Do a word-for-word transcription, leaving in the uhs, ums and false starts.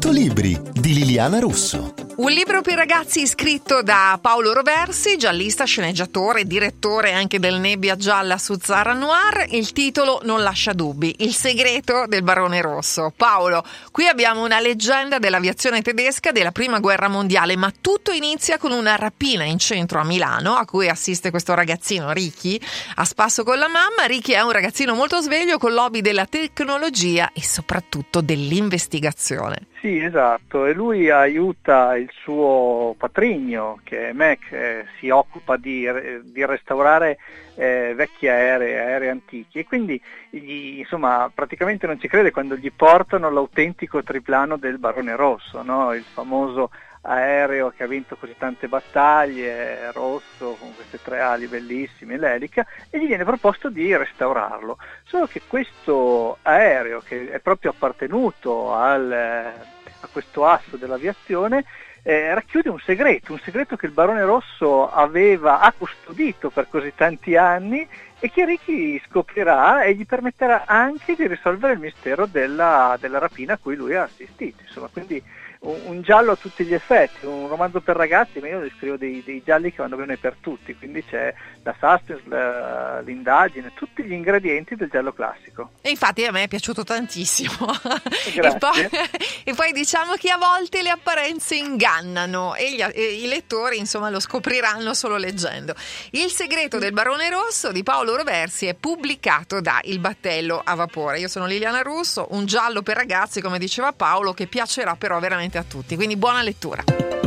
cento libri di Liliana Russo. Un libro per ragazzi scritto da Paolo Roversi, giallista, sceneggiatore, direttore anche del Nebbia Gialla su Zara Noir. Il titolo non lascia dubbi: Il segreto del Barone Rosso. Paolo, qui abbiamo una leggenda dell'aviazione tedesca della prima guerra mondiale, ma tutto inizia con una rapina in centro a Milano a cui assiste questo ragazzino Ricky a spasso con la mamma. Ricky è un ragazzino molto sveglio con l'hobby della tecnologia e soprattutto dell'investigazione. Sì, esatto, e lui aiuta il suo patrigno, che è Mac, eh, si occupa di, di restaurare eh, vecchi aerei, aerei antichi, e quindi gli, insomma, praticamente non ci crede quando gli portano l'autentico triplano del Barone Rosso, no? Il famoso aereo che ha vinto così tante battaglie, rosso, con queste tre ali bellissime, l'elica, e gli viene proposto di restaurarlo. Solo che questo aereo, che è proprio appartenuto al, a questo asso dell'aviazione, eh, racchiude un segreto, un segreto che il Barone Rosso aveva, ha custodito per così tanti anni, e che Ricky scoprirà e gli permetterà anche di risolvere il mistero della, della rapina a cui lui ha assistito. Insomma, quindi un, un giallo a tutti gli effetti, un romanzo per ragazzi, ma io descrivo dei, dei gialli che vanno bene per tutti, quindi c'è la suspense, la, l'indagine, tutti gli ingredienti del giallo classico. E infatti a me è piaciuto tantissimo. Grazie. E poi, e poi diciamo che a volte le apparenze ingannano e, gli, e i lettori insomma lo scopriranno solo leggendo. Il segreto del Barone Rosso di Paolo Roversi è pubblicato da Il Battello a Vapore. Io sono Liliana Russo, un giallo per ragazzi, come diceva Paolo, che piacerà però veramente a tutti, quindi buona lettura.